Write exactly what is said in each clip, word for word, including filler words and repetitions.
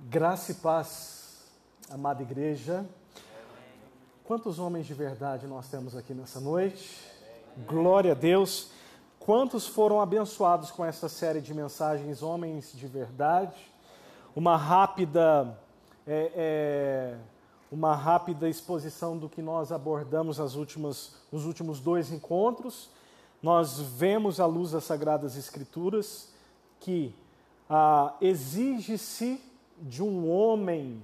Graça e paz, amada igreja. Quantos homens de verdade nós temos aqui nessa noite? Glória a Deus. Quantos foram abençoados com essa série de mensagens, Homens de Verdade? Uma rápida, é, é, uma rápida exposição do que nós abordamos nas últimas, nos últimos dois encontros. Nós vemos à luz das Sagradas Escrituras que ah, exige-se de um homem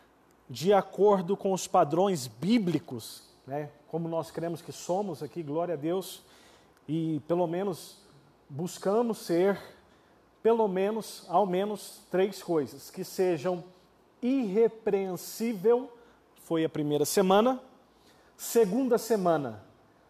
de acordo com os padrões bíblicos, né? Como nós cremos que somos aqui, glória a Deus, e pelo menos buscamos ser, pelo menos, ao menos, três coisas, que sejam irrepreensível, foi a primeira semana. Segunda semana,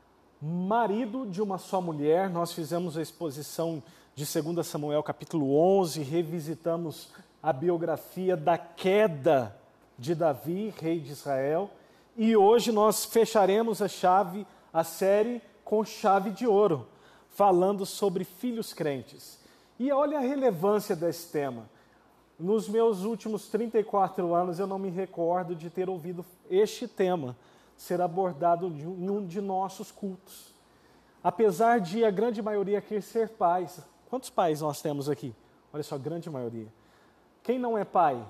marido de uma só mulher. Nós fizemos a exposição de dois Samuel capítulo onze, revisitamos a biografia da queda de Davi, rei de Israel, e hoje nós fecharemos a chave, a série com chave de ouro, falando sobre filhos crentes. E olha a relevância desse tema. Nos meus últimos trinta e quatro anos eu não me recordo de ter ouvido este tema ser abordado em um de nossos cultos. Apesar de a grande maioria querer ser pais. Quantos pais nós temos aqui? Olha só, a grande maioria. Quem não é pai?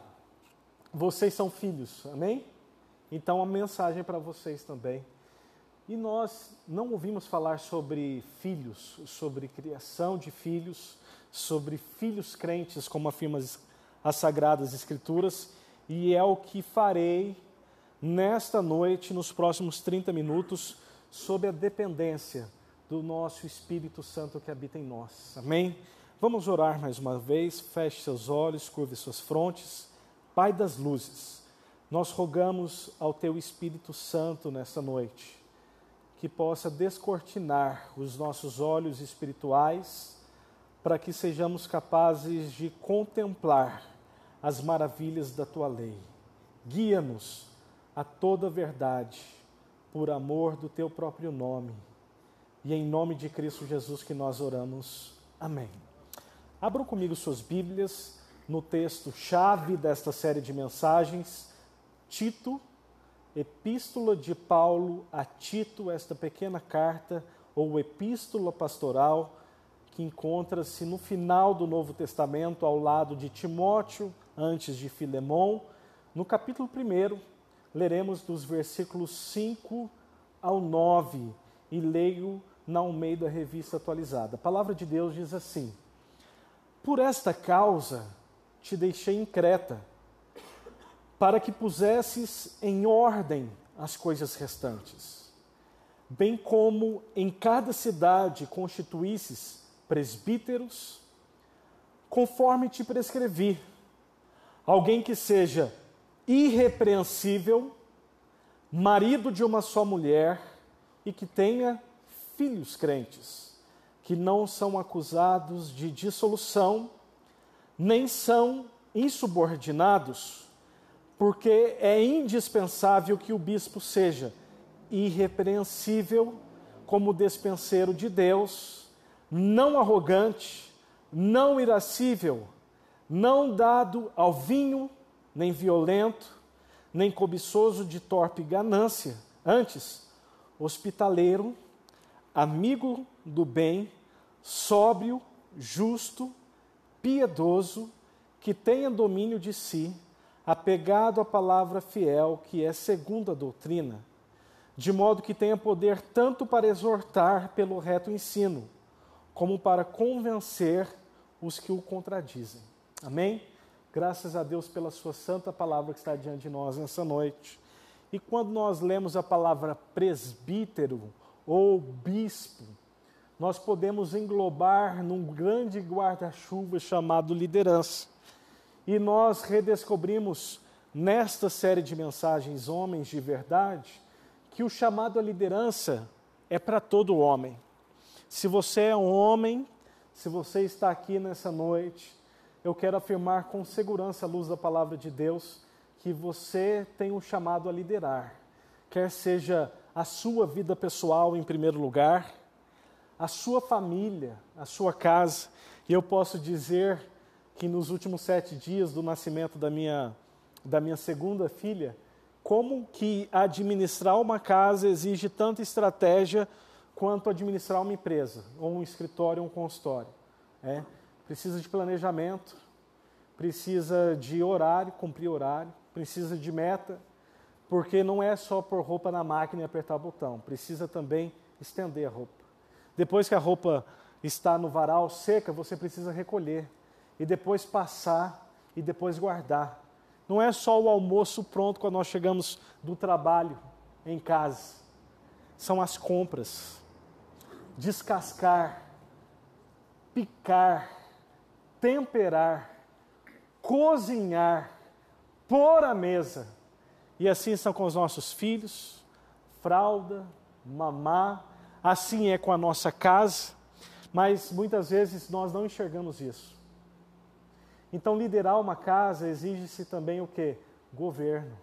Vocês são filhos, amém? Então a mensagem para vocês também. E nós não ouvimos falar sobre filhos, sobre criação de filhos, sobre filhos crentes, como afirma as Sagradas Escrituras, e é o que farei nesta noite, nos próximos trinta minutos, sobre a dependência do nosso Espírito Santo que habita em nós, amém? Vamos orar mais uma vez, feche seus olhos, curve suas frontes. Pai das luzes, nós rogamos ao Teu Espírito Santo nesta noite, que possa descortinar os nossos olhos espirituais, para que sejamos capazes de contemplar as maravilhas da Tua lei. Guia-nos a toda a verdade, por amor do Teu próprio nome, e em nome de Cristo Jesus que nós oramos. Amém. Abram comigo suas Bíblias no texto-chave desta série de mensagens, Tito, Epístola de Paulo a Tito, esta pequena carta, ou epístola pastoral, que encontra-se no final do Novo Testamento, ao lado de Timóteo, antes de Filemão. No capítulo primeiro, leremos dos versículos cinco ao nove, e leio na Almeida Revista Atualizada. A palavra de Deus diz assim: por esta causa te deixei em Creta, para que pusesses em ordem as coisas restantes, bem como em cada cidade constituísses presbíteros, conforme te prescrevi, alguém que seja irrepreensível, marido de uma só mulher, e que tenha filhos crentes, que não são acusados de dissolução, nem são insubordinados, porque é indispensável que o bispo seja irrepreensível como despenseiro de Deus, não arrogante, não irascível, não dado ao vinho, nem violento, nem cobiçoso de torpe ganância, antes hospitaleiro, amigo do bem, sóbrio, justo, piedoso, que tenha domínio de si, apegado à palavra fiel, que é segundo a doutrina, de modo que tenha poder tanto para exortar pelo reto ensino, como para convencer os que o contradizem. Amém? Graças a Deus pela sua santa palavra que está diante de nós nessa noite. E quando nós lemos a palavra presbítero ou bispo, nós podemos englobar num grande guarda-chuva chamado liderança. E nós redescobrimos nesta série de mensagens Homens de Verdade, que o chamado à liderança é para todo homem. Se você é um homem, se você está aqui nessa noite, eu quero afirmar com segurança à luz da palavra de Deus, que você tem um chamado a liderar, quer seja a sua vida pessoal em primeiro lugar, a sua família, a sua casa, e eu posso dizer que nos últimos sete dias do nascimento da minha, da minha segunda filha, como que administrar uma casa exige tanta estratégia quanto administrar uma empresa, ou um escritório, ou um consultório. É, precisa de planejamento, precisa de horário, cumprir horário, precisa de meta, porque não é só pôr roupa na máquina e apertar o botão, precisa também estender a roupa. Depois que a roupa está no varal seca, você precisa recolher, e depois passar, e depois guardar. Não é só o almoço pronto quando nós chegamos do trabalho em casa, são as compras, descascar, picar, temperar, cozinhar, pôr à mesa. E assim são com os nossos filhos, fralda, mamar, assim é com a nossa casa, mas muitas vezes nós não enxergamos isso. Então liderar uma casa exige-se também o quê? Governo.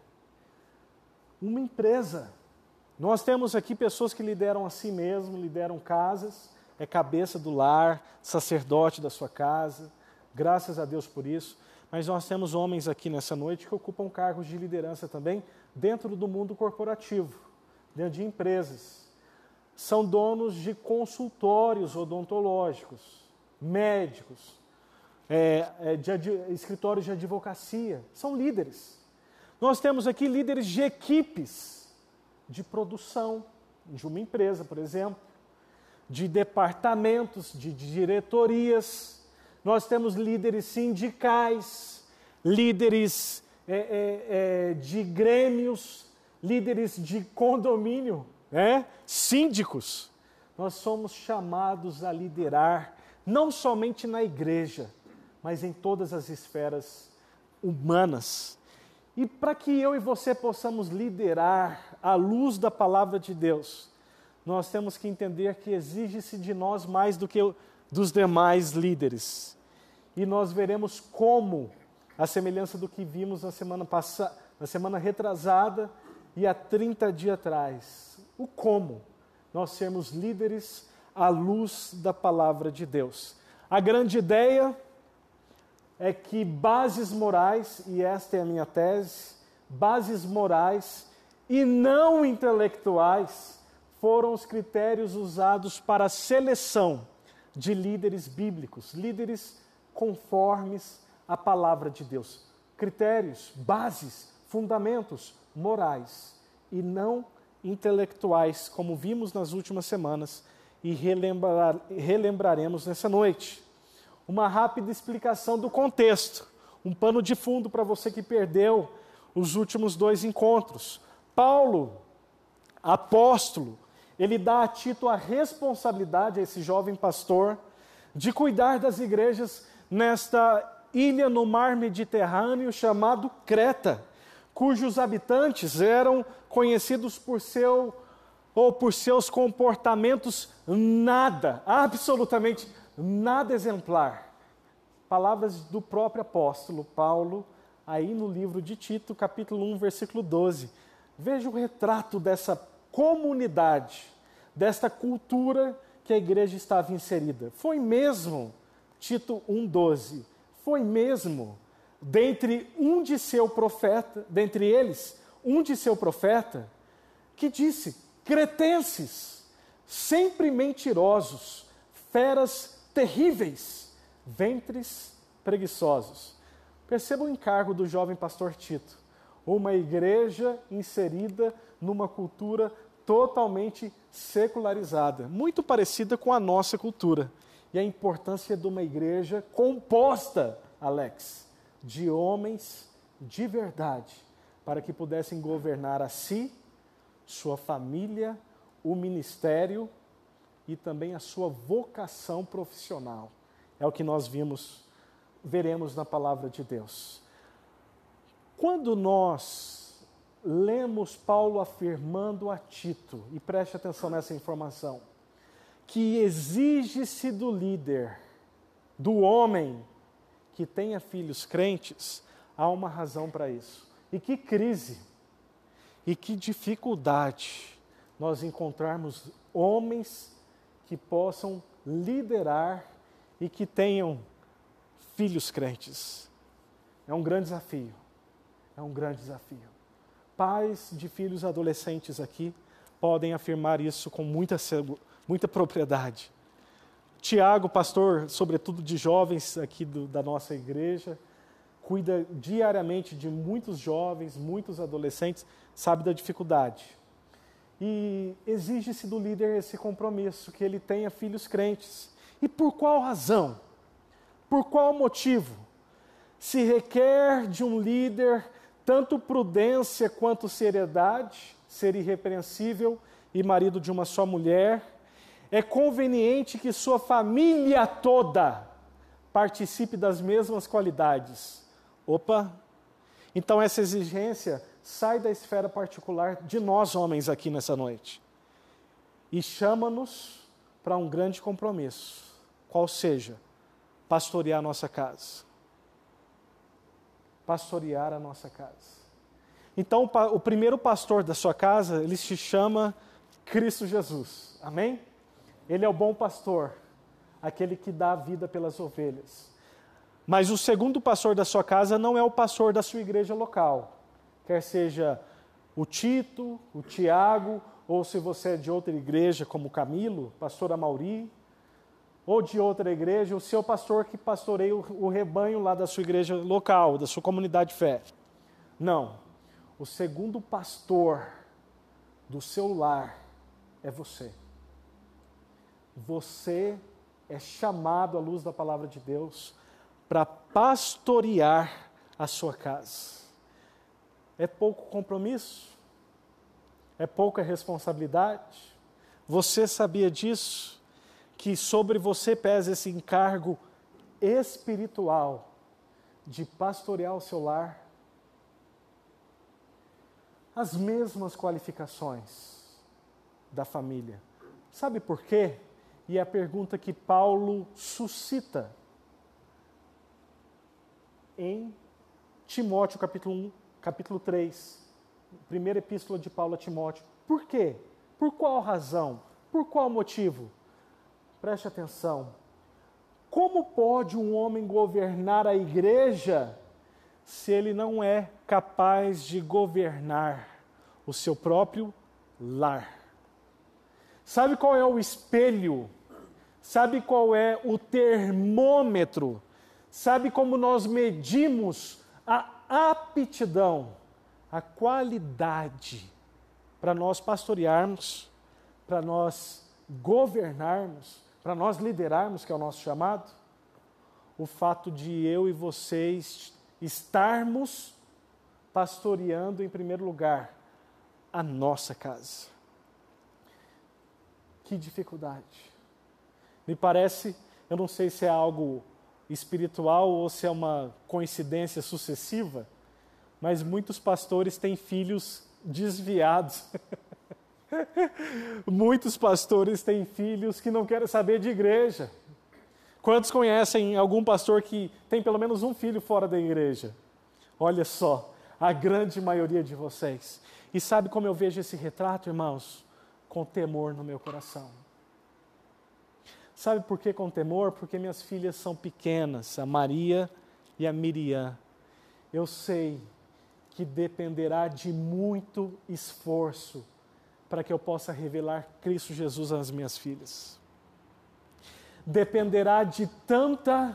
Uma empresa. Nós temos aqui pessoas que lideram a si mesmo, lideram casas, é cabeça do lar, sacerdote da sua casa, graças a Deus por isso. Mas nós temos homens aqui nessa noite que ocupam cargos de liderança também dentro do mundo corporativo, dentro de empresas. São donos de consultórios odontológicos, médicos, é, é, de, de escritórios de advocacia. São líderes. Nós temos aqui líderes de equipes de produção de uma empresa, por exemplo, de departamentos, de, de diretorias. Nós temos líderes sindicais, líderes é, é, é, de grêmios, líderes de condomínio, é? Síndicos. Nós somos chamados a liderar, não somente na igreja, mas em todas as esferas humanas. E para que eu e você possamos liderar à luz da palavra de Deus, nós temos que entender que exige-se de nós mais do que dos demais líderes. E nós veremos como, a semelhança do que vimos na semana passada, na semana retrasada e há trinta dias atrás, o como nós sermos líderes à luz da palavra de Deus. A grande ideia é que bases morais, e esta é a minha tese, bases morais e não intelectuais foram os critérios usados para a seleção de líderes bíblicos, líderes conformes à palavra de Deus. Critérios, bases, fundamentos morais e não intelectuais, como vimos nas últimas semanas e relembrar, relembraremos nessa noite. Uma rápida explicação do contexto, um pano de fundo para você que perdeu os últimos dois encontros. Paulo, apóstolo, ele dá a Tito a responsabilidade, a esse jovem pastor, de cuidar das igrejas nesta ilha no mar Mediterrâneo chamado Creta, cujos habitantes eram conhecidos por seu ou por seus comportamentos nada, absolutamente nada exemplar. Palavras do próprio apóstolo Paulo, aí no livro de Tito, capítulo um, versículo doze. Veja o retrato dessa comunidade, desta cultura que a igreja estava inserida. Foi mesmo, Tito um, doze, foi mesmo, dentre um de seu profeta, dentre eles, um de seu profeta, que disse: cretenses, sempre mentirosos, feras terríveis, ventres preguiçosos. Perceba o encargo do jovem pastor Tito, uma igreja inserida numa cultura totalmente secularizada, muito parecida com a nossa cultura. E a importância de uma igreja composta, Alex, de homens de verdade, para que pudessem governar a si, sua família, o ministério e também a sua vocação profissional. É o que nós vimos, veremos na palavra de Deus. Quando nós lemos Paulo afirmando a Tito, e preste atenção nessa informação, que exige-se do líder, do homem que tenha filhos crentes, há uma razão para isso. E que crise, e que dificuldade nós encontrarmos homens que possam liderar e que tenham filhos crentes. É um grande desafio. É um grande desafio. Pais de filhos adolescentes aqui podem afirmar isso com muita, muita propriedade. Tiago, pastor, sobretudo de jovens aqui do, da nossa igreja, cuida diariamente de muitos jovens, muitos adolescentes, sabe da dificuldade. E exige-se do líder esse compromisso, que ele tenha filhos crentes. E por qual razão? Por qual motivo? Se requer de um líder tanto prudência quanto seriedade, ser irrepreensível e marido de uma só mulher, é conveniente que sua família toda participe das mesmas qualidades. Opa! Então essa exigência sai da esfera particular de nós homens aqui nessa noite e chama-nos para um grande compromisso, qual seja, pastorear a nossa casa. Pastorear a nossa casa. Então, o primeiro pastor da sua casa, ele se chama Cristo Jesus. Amém? Ele é o bom pastor, aquele que dá a vida pelas ovelhas. Mas o segundo pastor da sua casa não é o pastor da sua igreja local. Quer seja o Tito, o Tiago, ou se você é de outra igreja, como Camilo, pastor Amauri, ou de outra igreja, o seu pastor que pastoreia o, o rebanho lá da sua igreja local, da sua comunidade de fé. Não. O segundo pastor do seu lar é você. Você é chamado à luz da palavra de Deus para pastorear a sua casa. É pouco compromisso? É pouca responsabilidade? Você sabia disso? Que sobre você pesa esse encargo espiritual de pastorear o seu lar? As mesmas qualificações da família. Sabe por quê? E é a pergunta que Paulo suscita em Timóteo, capítulo um, capítulo três, primeira epístola de Paulo a Timóteo. Por quê? Por qual razão? Por qual motivo? Preste atenção. Como pode um homem governar a igreja se ele não é capaz de governar o seu próprio lar? Sabe qual é o espelho? Sabe qual é o termômetro? Sabe como nós medimos a aptidão, a qualidade para nós pastorearmos, para nós governarmos, para nós liderarmos, que é o nosso chamado? O fato de eu e vocês estarmos pastoreando, em primeiro lugar, a nossa casa. Que dificuldade. Me parece, eu não sei se é algo espiritual ou se é uma coincidência sucessiva, mas muitos pastores têm filhos desviados. Muitos pastores têm filhos que não querem saber de igreja. Quantos conhecem algum pastor que tem pelo menos um filho fora da igreja? Olha só, a grande maioria de vocês. E sabe como eu vejo esse retrato, irmãos? Com temor no meu coração. Sabe por que com temor? Porque minhas filhas são pequenas, a Maria e a Miriam. Eu sei que dependerá de muito esforço para que eu possa revelar Cristo Jesus às minhas filhas. Dependerá de tanta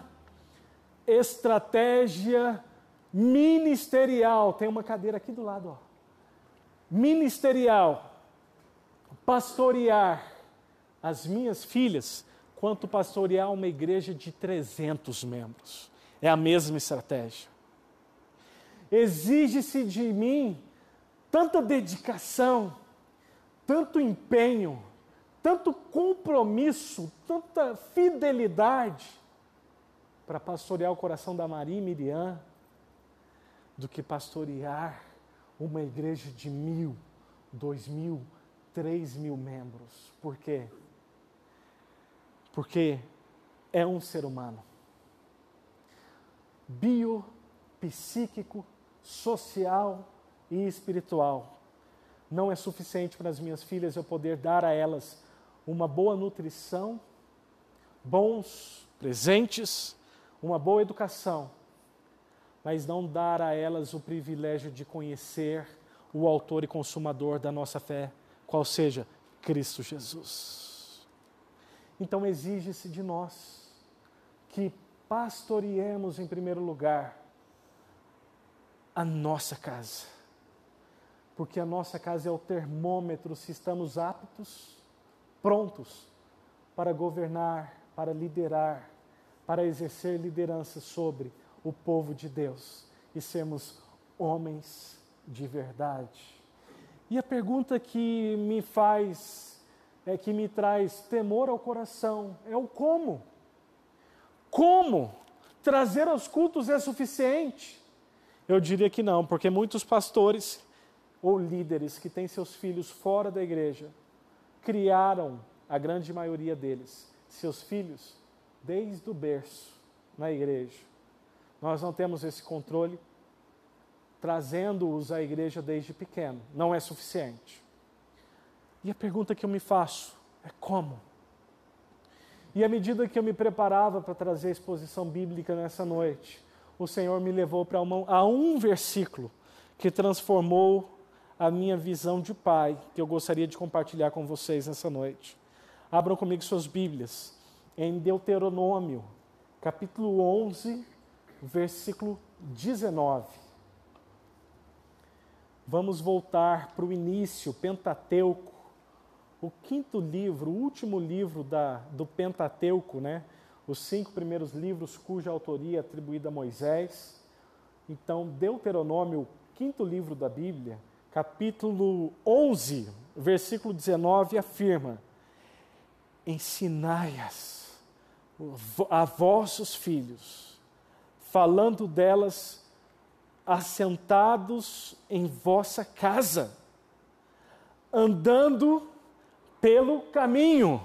estratégia ministerial. Tem uma cadeira aqui do lado, ó. Ministerial. Pastorear as minhas filhas, quanto pastorear uma igreja de trezentos membros. É a mesma estratégia. Exige-se de mim tanta dedicação, tanto empenho, tanto compromisso, tanta fidelidade para pastorear o coração da Maria e Miriam, do que pastorear uma igreja de mil, dois mil, três mil membros. Por quê? Porque é um ser humano. Bio, psíquico, social e espiritual. Não é suficiente para as minhas filhas eu poder dar a elas uma boa nutrição, bons presentes, uma boa educação, mas não dar a elas o privilégio de conhecer o autor e consumador da nossa fé, qual seja Cristo Jesus. Então exige-se de nós que pastoreemos em primeiro lugar a nossa casa, porque a nossa casa é o termômetro se estamos aptos, prontos para governar, para liderar, para exercer liderança sobre o povo de Deus e sermos homens de verdade. E a pergunta que me faz, é, que me traz temor ao coração, é o como. Como? Trazer aos cultos é suficiente? Eu diria que não, porque muitos pastores ou líderes que têm seus filhos fora da igreja, criaram, a grande maioria deles, seus filhos desde o berço na igreja. Nós não temos esse controle, trazendo-os à igreja desde pequeno. Não é suficiente. E a pergunta que eu me faço é como? E à medida que eu me preparava para trazer a exposição bíblica nessa noite, o Senhor me levou para uma, a um versículo que transformou a minha visão de pai, que eu gostaria de compartilhar com vocês nessa noite. Abram comigo suas Bíblias, em Deuteronômio, capítulo onze, versículo dezenove. Vamos voltar para o início, Pentateuco, o quinto livro, o último livro da, do Pentateuco, né? Os cinco primeiros livros cuja autoria é atribuída a Moisés. Então, Deuteronômio, quinto livro da Bíblia, capítulo onze, versículo dezenove, afirma: ensinai-as a vossos filhos, falando delas assentados em vossa casa, andando pelo caminho,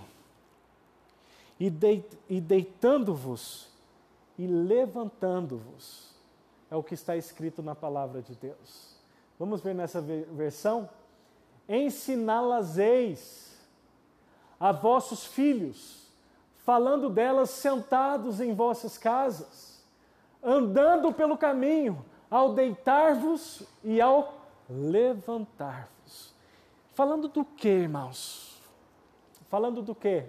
e, de, e deitando-vos e levantando-vos. É o que está escrito na palavra de Deus. Vamos ver nessa versão? Ensiná-las-eis a vossos filhos, falando delas sentados em vossas casas, andando pelo caminho, ao deitar-vos e ao levantar-vos. Falando do que, irmãos? Falando do que?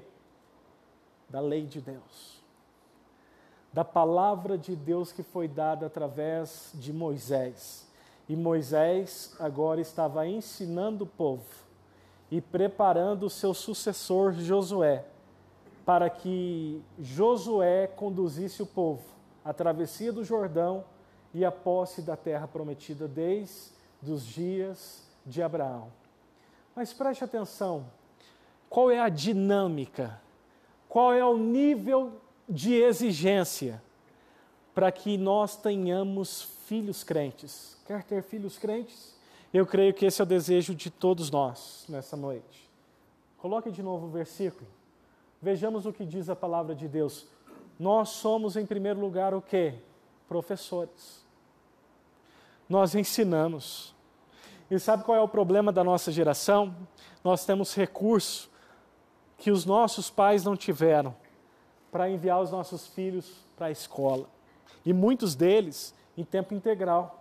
Da lei de Deus. Da palavra de Deus que foi dada através de Moisés. E Moisés agora estava ensinando o povo e preparando o seu sucessor Josué, para que Josué conduzisse o povo à travessia do Jordão e à posse da terra prometida desde os dias de Abraão. Mas preste atenção, qual é a dinâmica, qual é o nível de exigência para que nós tenhamos filhos crentes? Quer ter filhos crentes? Eu creio que esse é o desejo de todos nós nessa noite. Coloque de novo o versículo. Vejamos o que diz a palavra de Deus. Nós somos, em primeiro lugar, o quê? Professores. Nós ensinamos. E sabe qual é o problema da nossa geração? Nós temos recurso que os nossos pais não tiveram para enviar os nossos filhos para a escola. E muitos deles em tempo integral.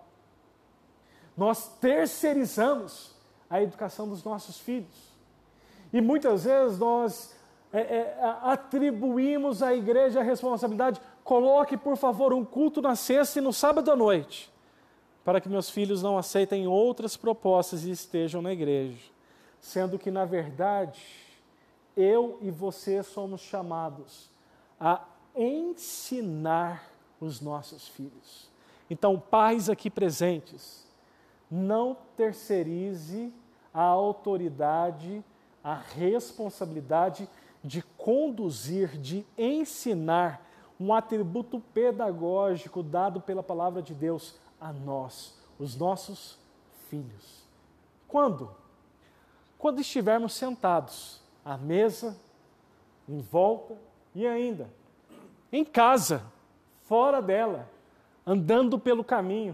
Nós terceirizamos a educação dos nossos filhos. E muitas vezes nós é, é, atribuímos à igreja a responsabilidade: coloque, por favor, um culto na sexta e no sábado à noite, para que meus filhos não aceitem outras propostas e estejam na igreja. Sendo que, na verdade, eu e você somos chamados a ensinar os nossos filhos. Então, pais aqui presentes, não terceirize a autoridade, a responsabilidade de conduzir, de ensinar um atributo pedagógico dado pela palavra de Deus a nós, os nossos filhos. Quando? Quando estivermos sentados à mesa, em volta e ainda em casa, fora dela, andando pelo caminho.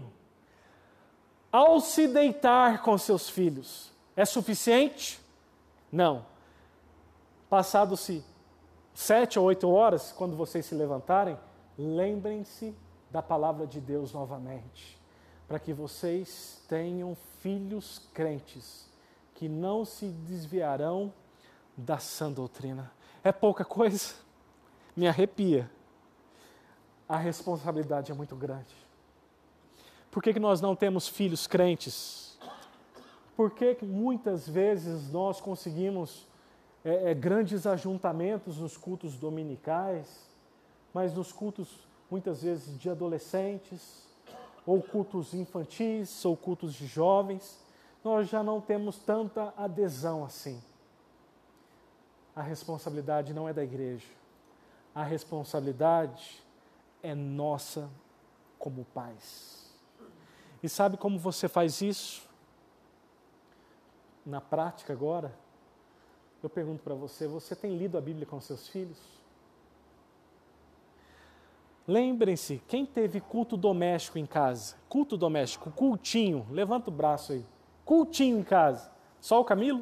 Ao se deitar com seus filhos, é suficiente? Não. Passado-se sete ou oito horas, quando vocês se levantarem, lembrem-se da palavra de Deus novamente, para que vocês tenham filhos crentes, que não se desviarão da sã doutrina. É pouca coisa? Me arrepia. A responsabilidade é muito grande. Por que que nós não temos filhos crentes? Por que que muitas vezes nós conseguimos é, é, grandes ajuntamentos nos cultos dominicais, mas nos cultos, muitas vezes, de adolescentes, ou cultos infantis, ou cultos de jovens, nós já não temos tanta adesão assim. A responsabilidade não é da igreja. A responsabilidade é nossa como pais. E sabe como você faz isso? Na prática agora, eu pergunto para você, você tem lido a Bíblia com seus filhos? Lembrem-se, quem teve culto doméstico em casa? Culto doméstico, cultinho, levanta o braço aí. Cultinho em casa. Só o Camilo?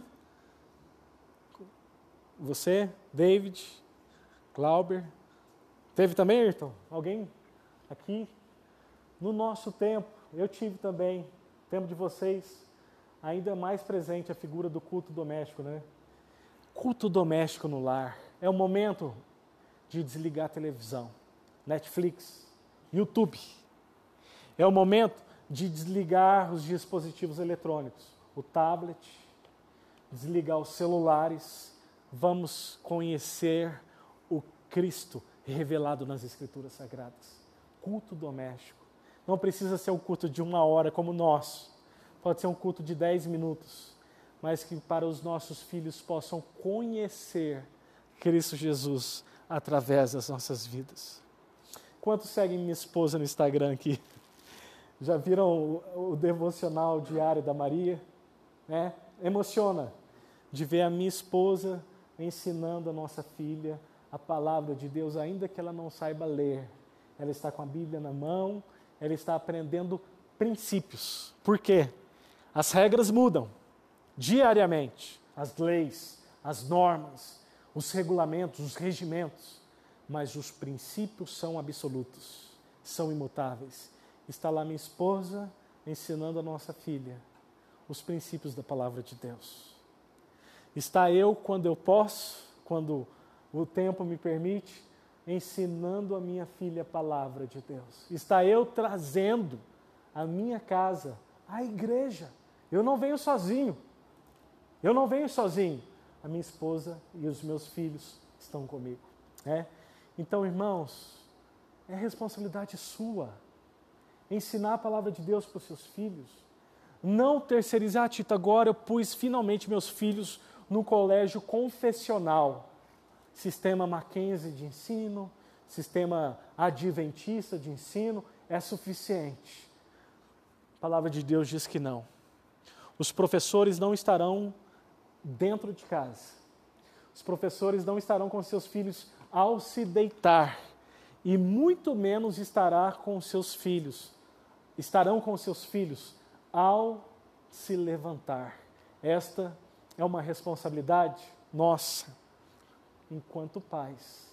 Você, David, Glauber. Teve também, Ayrton? Alguém aqui? No nosso tempo, eu tive também, tempo de vocês, ainda mais presente a figura do culto doméstico, né? Culto doméstico no lar. É o momento de desligar a televisão, Netflix, YouTube. É o momento de desligar os dispositivos eletrônicos, o tablet, desligar os celulares. Vamos conhecer o Cristo revelado nas Escrituras Sagradas. Culto doméstico. Não precisa ser um culto de uma hora como o nosso. Pode ser um culto de dez minutos. Mas que para os nossos filhos possam conhecer Cristo Jesus através das nossas vidas. Quantos seguem minha esposa no Instagram aqui? Já viram o, o devocional diário da Maria? Né? Emociona de ver a minha esposa ensinando a nossa filha a palavra de Deus, ainda que ela não saiba ler. Ela está com a Bíblia na mão, ela está aprendendo princípios. Por quê? As regras mudam diariamente, as leis, as normas, os regulamentos, os regimentos, mas os princípios são absolutos, são imutáveis. Está lá minha esposa ensinando a nossa filha os princípios da palavra de Deus. Está eu, quando eu posso, quando o tempo me permite, ensinando a minha filha a palavra de Deus. Está eu trazendo a minha casa, a igreja. Eu não venho sozinho. Eu não venho sozinho. A minha esposa e os meus filhos estão comigo. Né? Então, irmãos, é responsabilidade sua ensinar a palavra de Deus para os seus filhos. Não terceirizar, Tito, agora eu pus finalmente meus filhos no colégio confessional. Sistema Mackenzie de ensino, sistema adventista de ensino, é suficiente. A palavra de Deus diz que não. Os professores não estarão dentro de casa. Os professores não estarão com seus filhos ao se deitar. E muito menos estará com seus filhos. Estarão com seus filhos ao se levantar. Esta é uma responsabilidade nossa, enquanto pais.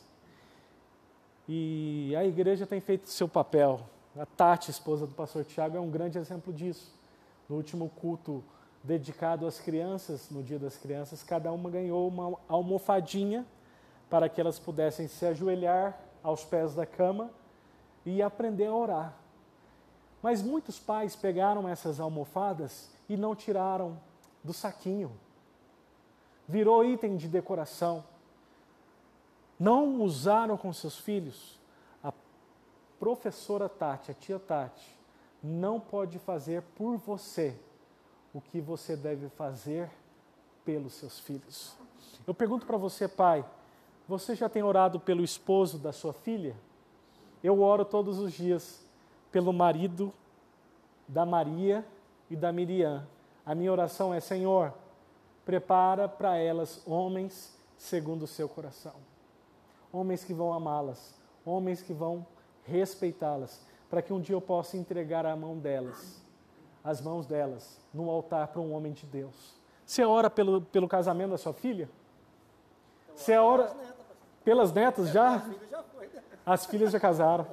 E a igreja tem feito seu papel. A Tati, esposa do pastor Tiago, é um grande exemplo disso. No último culto dedicado às crianças, no Dia das Crianças, cada uma ganhou uma almofadinha para que elas pudessem se ajoelhar aos pés da cama e aprender a orar. Mas muitos pais pegaram essas almofadas e não tiraram do saquinho. Virou item de decoração. Não usaram com seus filhos. A professora Tati, a tia Tati, não pode fazer por você o que você deve fazer pelos seus filhos. Eu pergunto para você, pai, você já tem orado pelo esposo da sua filha? Eu oro todos os dias pelo marido da Maria e da Miriam. A minha oração é, Senhor, prepara para elas homens segundo o seu coração. Homens que vão amá-las, homens que vão respeitá-las, para que um dia eu possa entregar a mão delas, as mãos delas, no altar para um homem de Deus. Você ora pelo, pelo casamento da sua filha? Você ora pelas netas já? As filhas já casaram.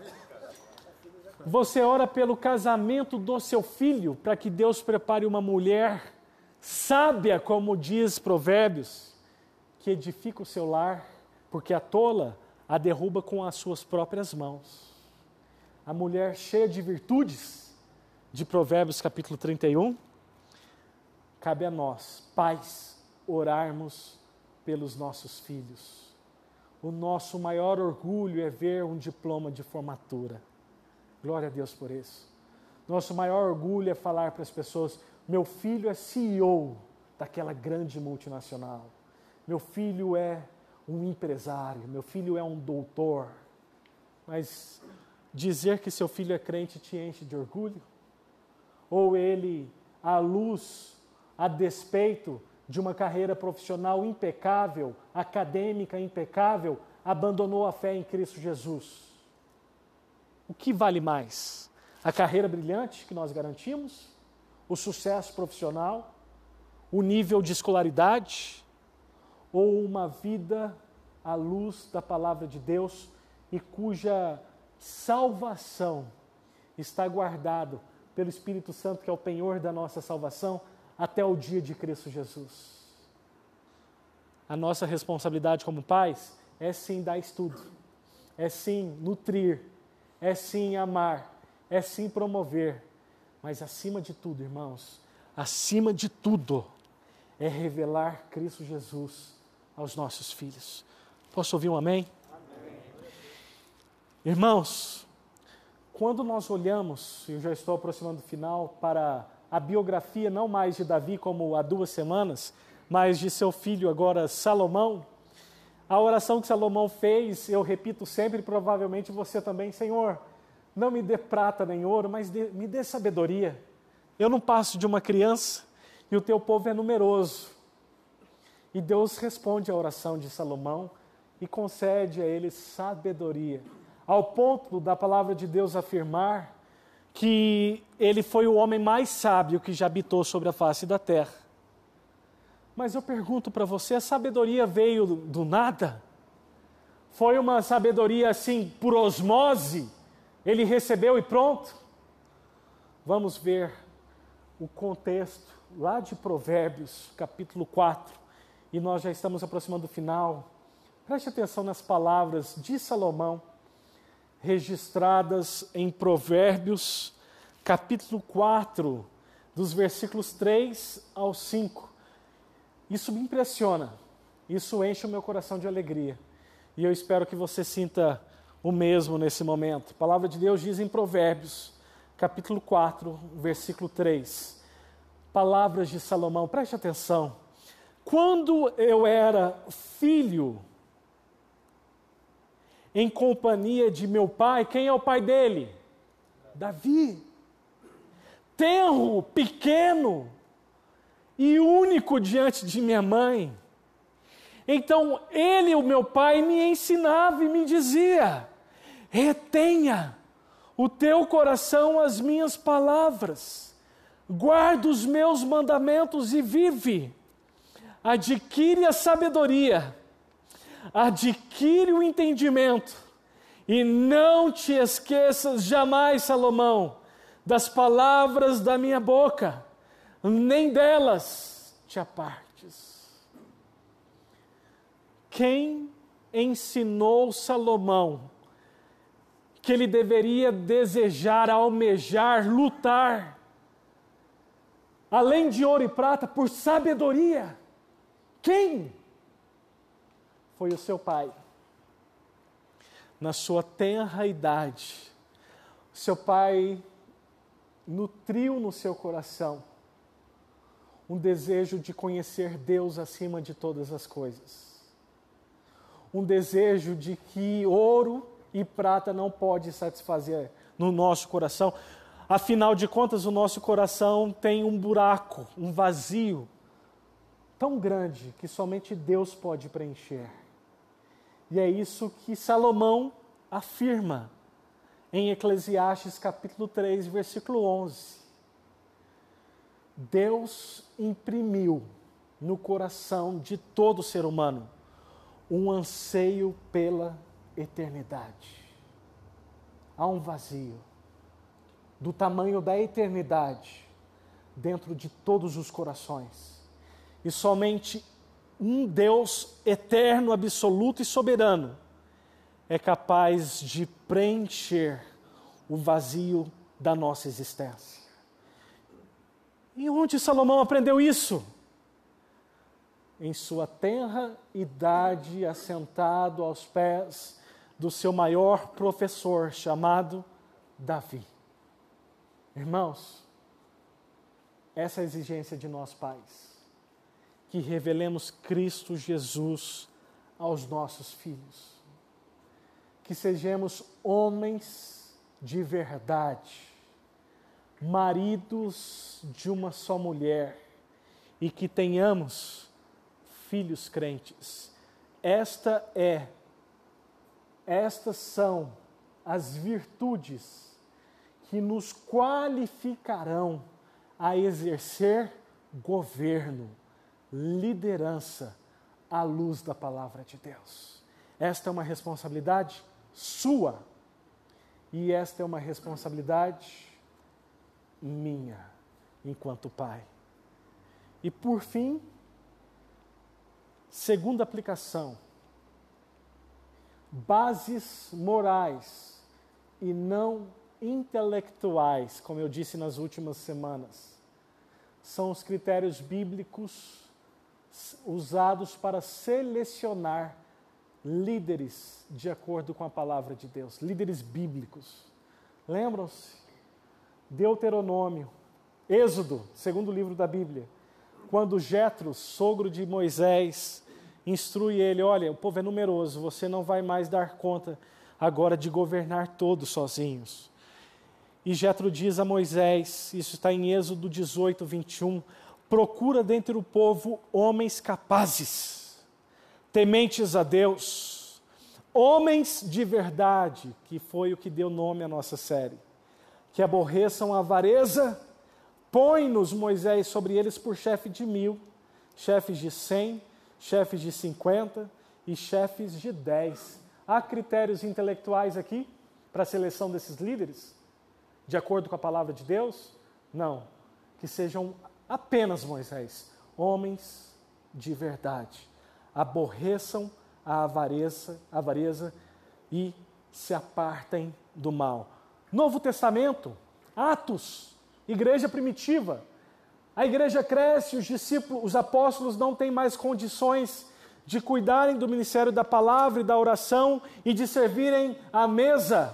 Você ora pelo casamento do seu filho, para que Deus prepare uma mulher sábia, como diz Provérbios, que edifica o seu lar, porque a tola a derruba com as suas próprias mãos. A mulher cheia de virtudes, de Provérbios capítulo trinta e um, cabe a nós, pais, orarmos pelos nossos filhos. O nosso maior orgulho é ver um diploma de formatura. Glória a Deus por isso. Nosso maior orgulho é falar para as pessoas, meu filho é C E O daquela grande multinacional. Meu filho é um empresário, meu filho é um doutor. Mas dizer que seu filho é crente te enche de orgulho? Ou ele, à luz, a despeito de uma carreira profissional impecável, acadêmica impecável, abandonou a fé em Cristo Jesus? O que vale mais? A carreira brilhante que nós garantimos? O sucesso profissional? O nível de escolaridade? Ou uma vida à luz da palavra de Deus e cuja salvação está guardado pelo Espírito Santo, que é o penhor da nossa salvação, até o dia de Cristo Jesus? A nossa responsabilidade como pais é sim dar estudo, é sim nutrir, é sim amar, é sim promover, mas acima de tudo, irmãos, acima de tudo, é revelar Cristo Jesus aos nossos filhos. Posso ouvir um amém? Amém. Irmãos, quando nós olhamos, eu já estou aproximando do final, para a biografia não mais de Davi como há duas semanas, mas de seu filho agora Salomão, a oração que Salomão fez, eu repito sempre, provavelmente você também, Senhor, não me dê prata nem ouro, mas dê, me dê sabedoria. Eu não passo de uma criança e o teu povo é numeroso. E Deus responde à oração de Salomão e concede a ele sabedoria, ao ponto da palavra de Deus afirmar que ele foi o homem mais sábio que já habitou sobre a face da terra. Mas eu pergunto para você, a sabedoria veio do, do nada? Foi uma sabedoria assim, por osmose? Ele recebeu e pronto? Vamos ver o contexto lá de Provérbios, capítulo quatro, e nós já estamos aproximando do final. Preste atenção nas palavras de Salomão, registradas em Provérbios, capítulo quatro, dos versículos três ao cinco. Isso me impressiona, isso enche o meu coração de alegria, e eu espero que você sinta o mesmo nesse momento. A palavra de Deus diz em Provérbios, capítulo quatro, versículo três, palavras de Salomão, preste atenção. Quando eu era filho, em companhia de meu pai, quem é o pai dele? Davi. Tenro, pequeno e único diante de minha mãe. Então ele, o meu pai, me ensinava e me dizia, retenha o teu coração as minhas palavras, guarda os meus mandamentos e vive. Adquire a sabedoria, adquire o entendimento, e não te esqueças jamais, Salomão, das palavras da minha boca, nem delas te apartes. Quem ensinou Salomão que ele deveria desejar, almejar, lutar, além de ouro e prata, por sabedoria? Quem? Foi o seu pai. Na sua tenra idade, seu pai nutriu no seu coração um desejo de conhecer Deus acima de todas as coisas. Um desejo de que ouro e prata não pode satisfazer no nosso coração. Afinal de contas, o nosso coração tem um buraco, um vazio tão grande que somente Deus pode preencher. E é isso que Salomão afirma em Eclesiastes capítulo três, versículo onze. Deus imprimiu no coração de todo ser humano um anseio pela eternidade. há um vazio do tamanho da eternidade dentro de todos os corações. E somente um Deus eterno, absoluto e soberano é capaz de preencher o vazio da nossa existência. E onde Salomão aprendeu isso? Em sua tenra idade, assentado aos pés do seu maior professor, chamado Davi. Irmãos, essa é a exigência de nós pais, que revelemos Cristo Jesus aos nossos filhos, que sejamos homens de verdade, maridos de uma só mulher, e que tenhamos filhos crentes. Esta é, estas são as virtudes que nos qualificarão a exercer governo, liderança à luz da palavra de Deus. Esta é uma responsabilidade sua e esta é uma responsabilidade minha, enquanto pai. E por fim, segunda aplicação, bases morais e não intelectuais, como eu disse nas últimas semanas, são os critérios bíblicos usados para selecionar líderes de acordo com a palavra de Deus, líderes bíblicos. Lembram-se? Deuteronômio, Êxodo, segundo livro da Bíblia, quando Jetro, sogro de Moisés, instrui ele: olha, o povo é numeroso, você não vai mais dar conta agora de governar todos sozinhos. E Jetro diz a Moisés, isso está em Êxodo dezoito, vinte e um, procura dentre o povo homens capazes, tementes a Deus, homens de verdade, que foi o que deu nome à nossa série, que aborreçam a avareza. Põe-nos, Moisés, sobre eles por chefe de mil, chefes de cem, chefes de cinquenta e chefes de dez. Há critérios intelectuais aqui para a seleção desses líderes? De acordo com a palavra de Deus? Não. Que sejam apenas, Moisés, homens de verdade. Aborreçam a avareza, a avareza e se apartem do mal. Novo Testamento, Atos, igreja primitiva. A igreja cresce, os discípulos, os apóstolos não têm mais condições de cuidarem do ministério da palavra e da oração e de servirem à mesa.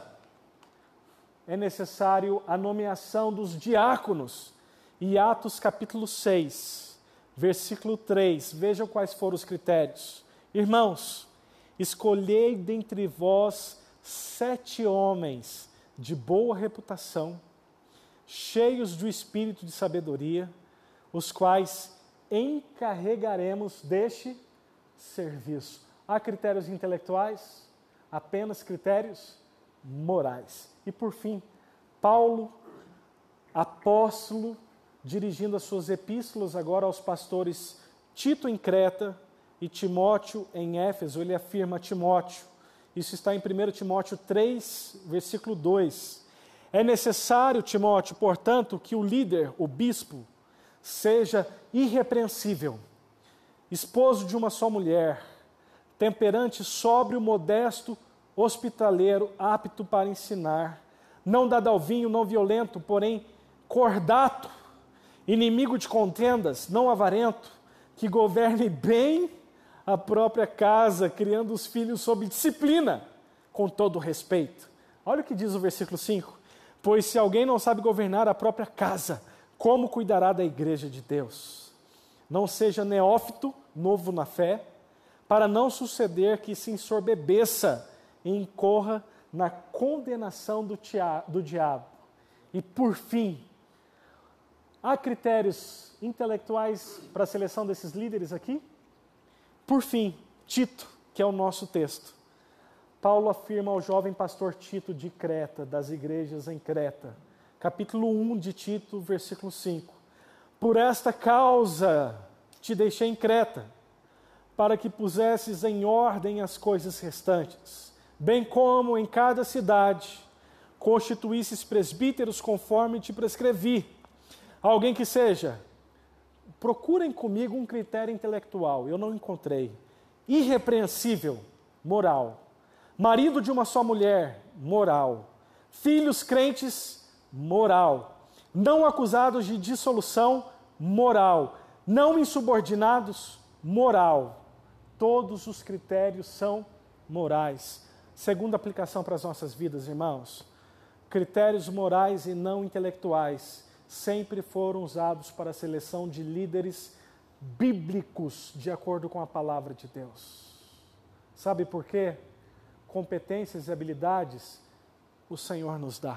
É necessário a nomeação dos diáconos. E Atos capítulo seis, versículo três, vejam quais foram os critérios. Irmãos, escolhei dentre vós sete homens de boa reputação, cheios do espírito de sabedoria, os quais encarregaremos deste serviço. Há critérios intelectuais? Apenas critérios morais. E por fim, Paulo, apóstolo, dirigindo as suas epístolas agora aos pastores Tito em Creta e Timóteo em Éfeso, ele afirma a Timóteo, isso está em primeiro Timóteo três, versículo dois, é necessário, Timóteo, portanto, que o líder, o bispo, seja irrepreensível, esposo de uma só mulher, temperante, sóbrio, modesto, hospitaleiro, apto para ensinar, não dado ao vinho, não violento, porém cordato, inimigo de contendas, não avarento, que governe bem a própria casa, criando os filhos sob disciplina, com todo respeito. Olha o que diz o versículo cinco. Pois se alguém não sabe governar a própria casa, como cuidará da igreja de Deus? Não seja neófito, novo na fé, para não suceder que se ensorbebeça e incorra na condenação do, tia, do diabo. E por fim, há critérios intelectuais para a seleção desses líderes aqui? Por fim, Tito, que é o nosso texto. Paulo afirma ao jovem pastor Tito de Creta, das igrejas em Creta, capítulo um de Tito, versículo cinco. Por esta causa te deixei em Creta, para que pusesses em ordem as coisas restantes, bem como em cada cidade constituísses presbíteros conforme te prescrevi. Alguém que seja, procurem comigo um critério intelectual, eu não encontrei. Irrepreensível, moral. Marido de uma só mulher, moral. Filhos crentes, moral. Não acusados de dissolução, moral. Não insubordinados, moral. Todos os critérios são morais. Segunda aplicação para as nossas vidas, irmãos. Critérios morais e não intelectuais sempre foram usados para a seleção de líderes bíblicos de acordo com a palavra de Deus. Sabe por quê? Competências e habilidades o Senhor nos dá.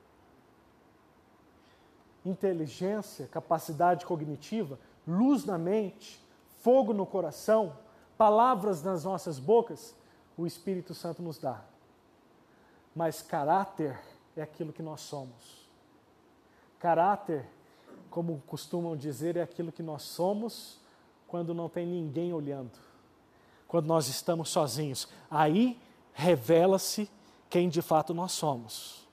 Inteligência, capacidade cognitiva, luz na mente, fogo no coração, palavras nas nossas bocas, o Espírito Santo nos dá. Mas caráter é aquilo que nós somos. Caráter, como costumam dizer, é aquilo que nós somos quando não tem ninguém olhando. Quando nós estamos sozinhos. Aí revela-se quem de fato nós somos.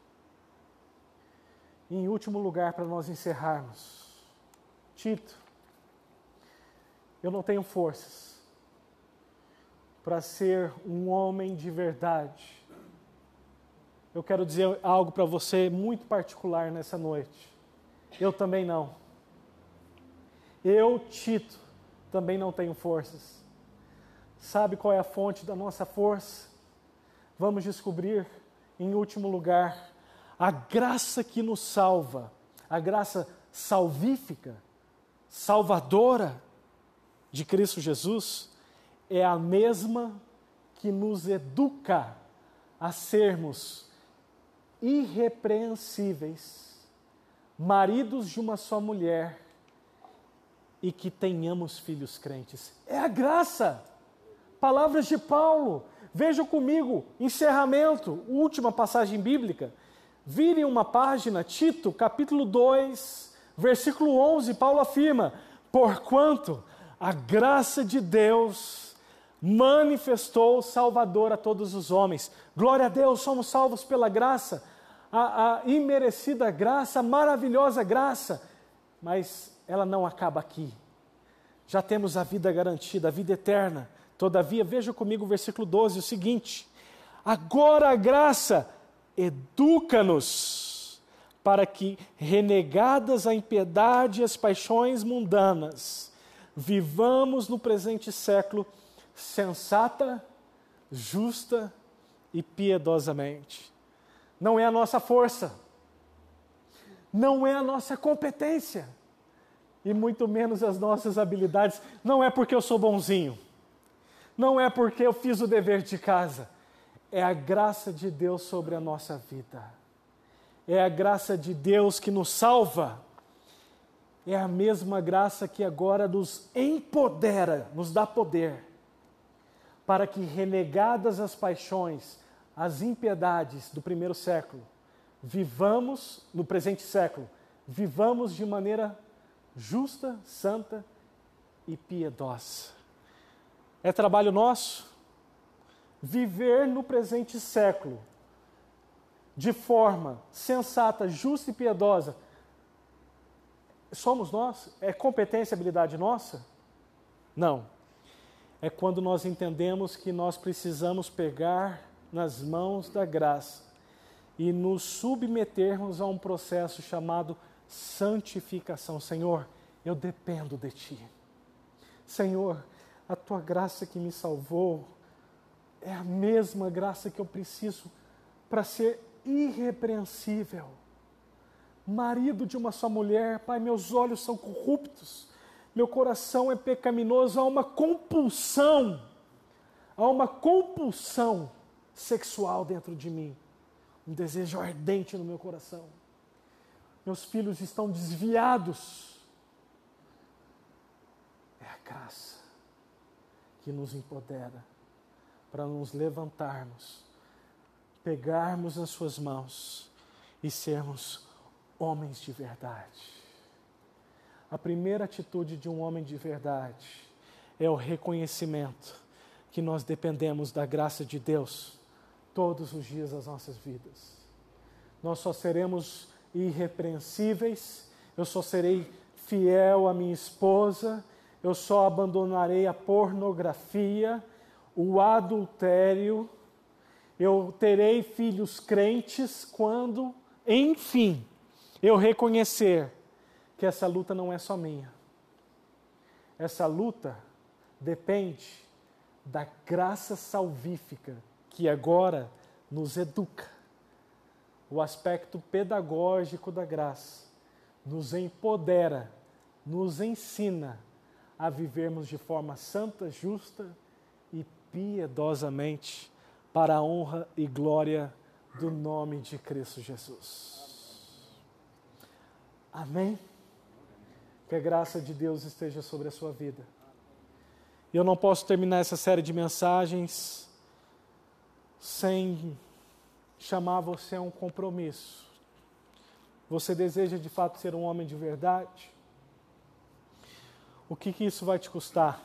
E em último lugar, para nós encerrarmos, Tito, eu não tenho forças para ser um homem de verdade. Eu quero dizer algo para você muito particular nessa noite. Eu também não. Eu, Tito, também não tenho forças. Sabe qual é a fonte da nossa força? Vamos descobrir, em último lugar, a graça que nos salva, a graça salvífica, salvadora de Cristo Jesus, é a mesma que nos educa a sermos irrepreensíveis, maridos de uma só mulher e que tenhamos filhos crentes. É a graça. Palavras de Paulo. Vejam comigo, encerramento, última passagem bíblica. Virem uma página, Tito, capítulo dois, versículo onze, Paulo afirma: porquanto a graça de Deus manifestou o Salvador a todos os homens. Glória a Deus, somos salvos pela graça, a, a imerecida graça, a maravilhosa graça, mas ela não acaba aqui. Já temos a vida garantida, a vida eterna. Todavia, veja comigo o versículo doze, o seguinte: agora a graça educa-nos para que, renegadas a impiedade e as paixões mundanas, vivamos no presente século sensata, justa e piedosamente. Não é a nossa força, não é a nossa competência, e muito menos as nossas habilidades. Não é porque eu sou bonzinho, não é porque eu fiz o dever de casa. É a graça de Deus sobre a nossa vida. É a graça de Deus que nos salva. É a mesma graça que agora nos empodera, nos dá poder, para que, renegadas as paixões, as impiedades do primeiro século, vivamos, no presente século, vivamos de maneira justa, santa e piedosa. É trabalho nosso viver no presente século de forma sensata, justa e piedosa. Somos nós? É competência e habilidade nossa? Não. É quando nós entendemos que nós precisamos pegar nas mãos da graça e nos submetermos a um processo chamado santificação. Senhor, eu dependo de Ti. Senhor, a Tua graça que me salvou é a mesma graça que eu preciso para ser irrepreensível. Marido de uma só mulher, Pai, meus olhos são corruptos, meu coração é pecaminoso, há uma compulsão, há uma compulsão sexual dentro de mim, um desejo ardente no meu coração. Meus filhos estão desviados. É a graça que nos empodera para nos levantarmos, pegarmos nas suas mãos e sermos homens de verdade. A primeira atitude de um homem de verdade é o reconhecimento que nós dependemos da graça de Deus todos os dias das nossas vidas. nós só seremos irrepreensíveis, eu só serei fiel à minha esposa, eu só abandonarei a pornografia, o adultério, eu terei filhos crentes quando, enfim, eu reconhecer que essa luta não é só minha. Essa luta depende da graça salvífica que agora nos educa. O aspecto pedagógico da graça nos empodera, nos ensina a vivermos de forma santa, justa e piedosamente para a honra e glória do nome de Cristo Jesus. Amém? Que a graça de Deus esteja sobre a sua vida. E eu não posso terminar essa série de mensagens sem chamar você a um compromisso. Você deseja de fato ser um homem de verdade? O que que isso vai te custar?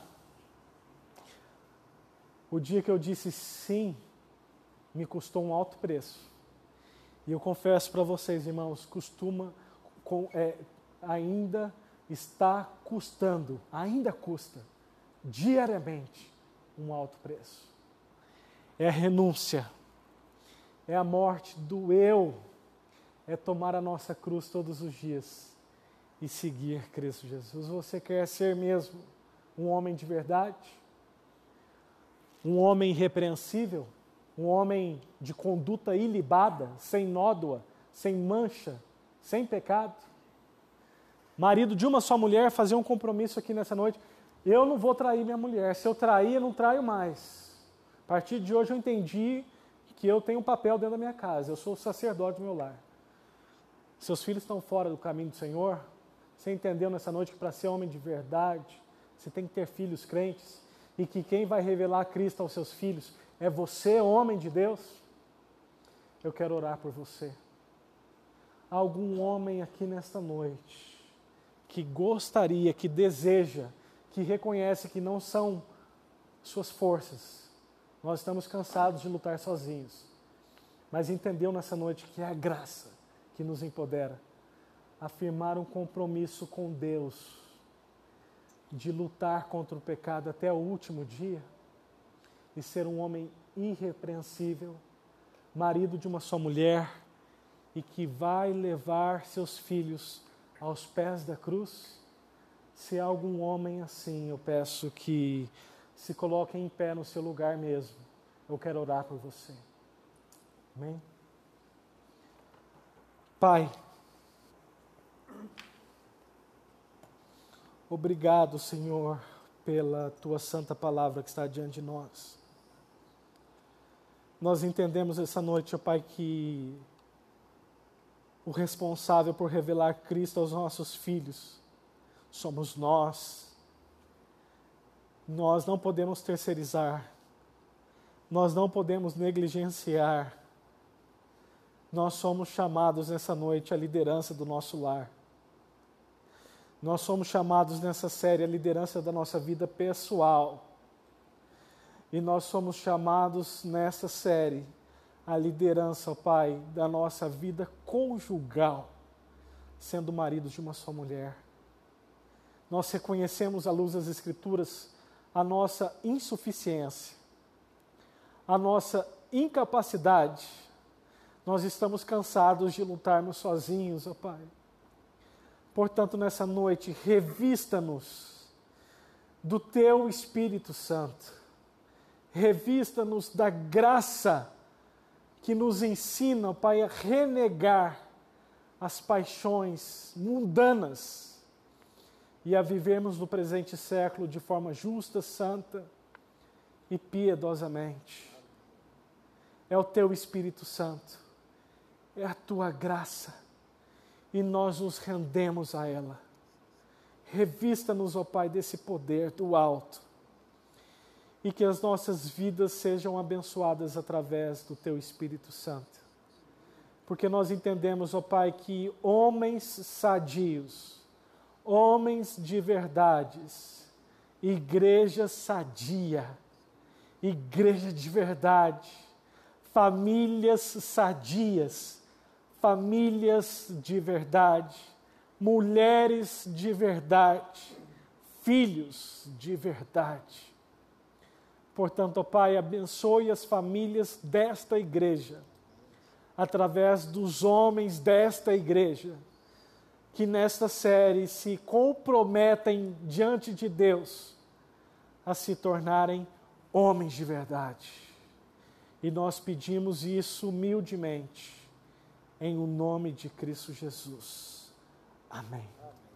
O dia que eu disse sim, me custou um alto preço. E eu confesso para vocês, irmãos, costuma, com, é, ainda está custando, ainda custa, diariamente, um alto preço. É a renúncia, é a morte do eu, é tomar a nossa cruz todos os dias e seguir Cristo Jesus. Você quer ser mesmo um homem de verdade? Um homem irrepreensível? Um homem de conduta ilibada, sem nódoa, sem mancha, sem pecado? Marido de uma só mulher, fazer um compromisso aqui nessa noite. Eu não vou trair minha mulher. Se eu trair, eu não traio mais. A partir de hoje eu entendi que eu tenho um papel dentro da minha casa. Eu sou o sacerdote do meu lar. Seus filhos estão fora do caminho do Senhor. Você entendeu nessa noite que para ser homem de verdade, você tem que ter filhos crentes. E que quem vai revelar Cristo aos seus filhos é você, homem de Deus? Eu quero orar por você. Há algum homem aqui nesta noite que gostaria, que deseja, que reconhece que não são suas forças. Nós estamos cansados de lutar sozinhos. Mas entendeu nessa noite que é a graça que nos empodera a firmar um compromisso com Deus de lutar contra o pecado até o último dia e ser um homem irrepreensível, marido de uma só mulher e que vai levar seus filhos aos pés da cruz. Se há algum homem assim, eu peço que se coloque em pé no seu lugar mesmo. Eu quero orar por você. Amém? Pai, obrigado, Senhor, pela Tua santa palavra que está diante de nós. Nós entendemos essa noite, ó Pai, que o responsável por revelar Cristo aos nossos filhos somos nós. Nós não podemos terceirizar. Nós não podemos negligenciar. Nós somos chamados nessa noite à liderança do nosso lar. Nós somos chamados nessa série à liderança da nossa vida pessoal. E nós somos chamados nessa série à liderança, ó Pai, da nossa vida conjugal, sendo maridos de uma só mulher. Nós reconhecemos à luz das Escrituras a nossa insuficiência, a nossa incapacidade. Nós estamos cansados de lutarmos sozinhos, ó Pai. Portanto, nessa noite, revista-nos do Teu Espírito Santo. Revista-nos da graça que nos ensina, Pai, a renegar as paixões mundanas e a vivermos no presente século de forma justa, santa e piedosamente. É o Teu Espírito Santo, é a Tua graça, e nós nos rendemos a ela. Revista-nos, ó Pai, desse poder do alto, e que as nossas vidas sejam abençoadas através do Teu Espírito Santo. Porque nós entendemos, ó Pai, que homens sadios, homens de verdades, igreja sadia, igreja de verdade, famílias sadias, famílias de verdade, mulheres de verdade, filhos de verdade. Portanto, ó Pai, abençoe as famílias desta igreja, através dos homens desta igreja, que nesta série se comprometem diante de Deus a se tornarem homens de verdade. E nós pedimos isso humildemente, em o nome de Cristo Jesus. Amém.